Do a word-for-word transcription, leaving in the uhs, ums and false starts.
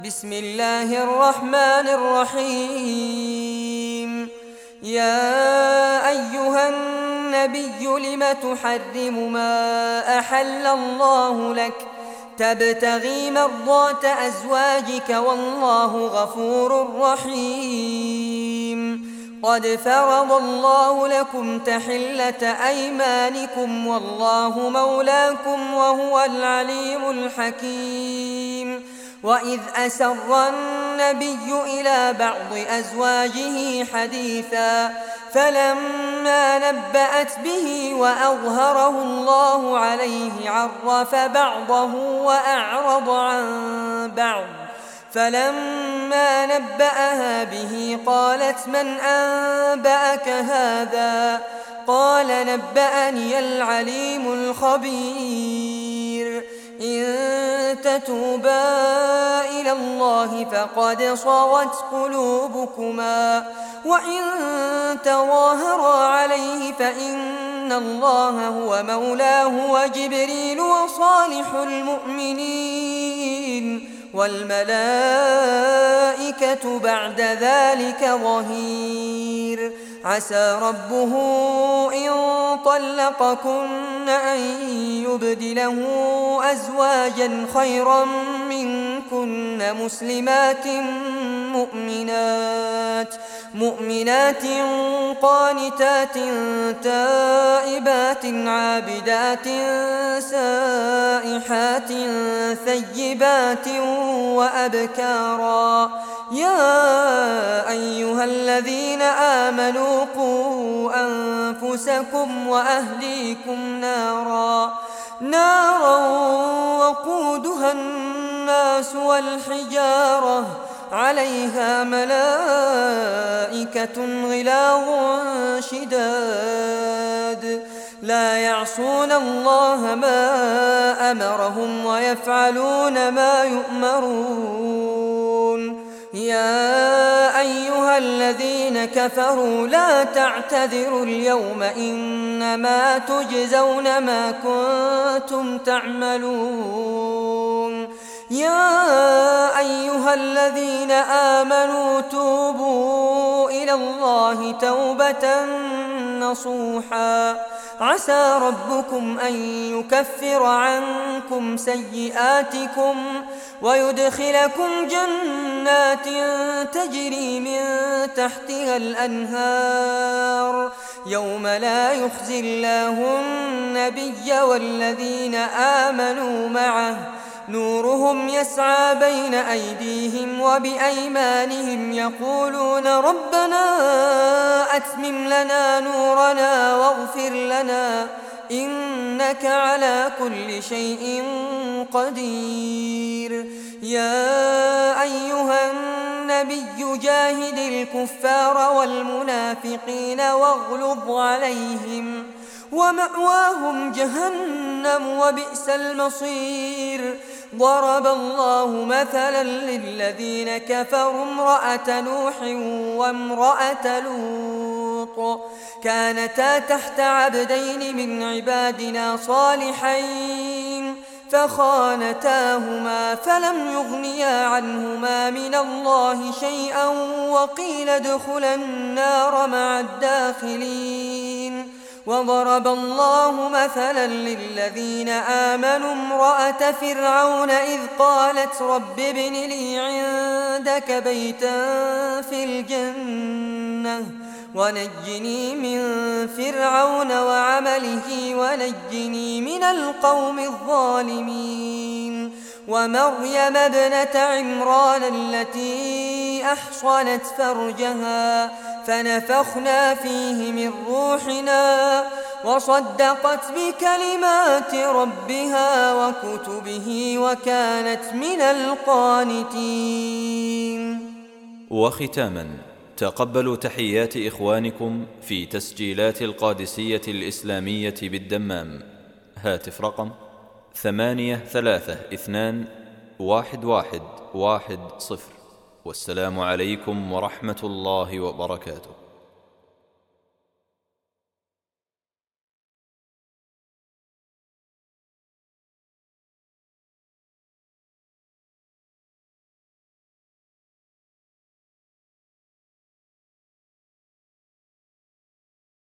بسم الله الرحمن الرحيم. يا أيها النبي لم تحرم ما أحل الله لك تبتغي مرضات أزواجك والله غفور رحيم. قد فرض الله لكم تحلة أيمانكم والله مولاكم وهو العليم الحكيم. وإذ أسر النبي إلى بعض أزواجه حديثا فلما نبأت به وأظهره الله عليه عرف بعضه وأعرض عن بعض، فلما نبأها به قالت من أنبأك هذا؟ قال نبأني العليم الخبير. إن تتوبا إلى الله فقد صغت قلوبكما وإن تظاهرا عليه فإن الله هو مولاه وجبريل وصالح المؤمنين والملائكة بعد ذلك ظهير. عسى ربه إن طلقكن أن يبدله أزواجا خيرا منكن مسلمات مؤمنات مؤمنات قانتات تائبات عابدات سائحات ثيبات وأبكارا. يا أيها الذين آمنوا قوا أنفسكم وأهليكم نارا نارا وقودها الناس والحجارة عليها ملائكة غلاظ شداد لا يعصون الله ما أمرهم ويفعلون ما يؤمرون. يا أيها الذين كفروا لا تعتذروا اليوم إنما تجزون ما كنتم تعملون. يا أيها الذين آمنوا توبوا إلى الله توبة نصوحا عسى ربكم أن يكفر عنكم سيئاتكم ويدخلكم جنات تجري من تحتها الأنهار يوم لا يخزي الله النبي والذين آمنوا معه نورهم يسعى بين أيديهم وبأيمانهم يقولون ربنا أتمم لنا نورنا واغفر لنا إنك على كل شيء قدير. يا أيها النبي جاهد الكفار والمنافقين واغلظ عليهم ومأواهم جهنم وبئس المصير. ضرب الله مثلا للذين كفروا امرأة نوح وامرأة لوط كانتا تحت عبدين من عبادنا صالحين فخانتاهما فلم يغنيا عنهما من الله شيئا وقيل ادخلا النار مع الداخلين. وضرب الله مثلا للذين آمنوا امرأة فرعون إذ قالت رب ابن لي عندك بيتا في الجنة ونجني من فرعون وعمله ونجني من القوم الظالمين. ومريم ابنة عمران التي أحصنت فرجها فنفخنا فيه من روحنا وصدقت بكلمات ربها وكتبه وكانت من القانتين. وختاما تقبلوا تحيات إخوانكم في تسجيلات القادسية الإسلامية بالدمام. هاتف رقم ثمانية ثلاثة اثنان واحد واحد واحد صفر. والسلام عليكم ورحمة الله وبركاته.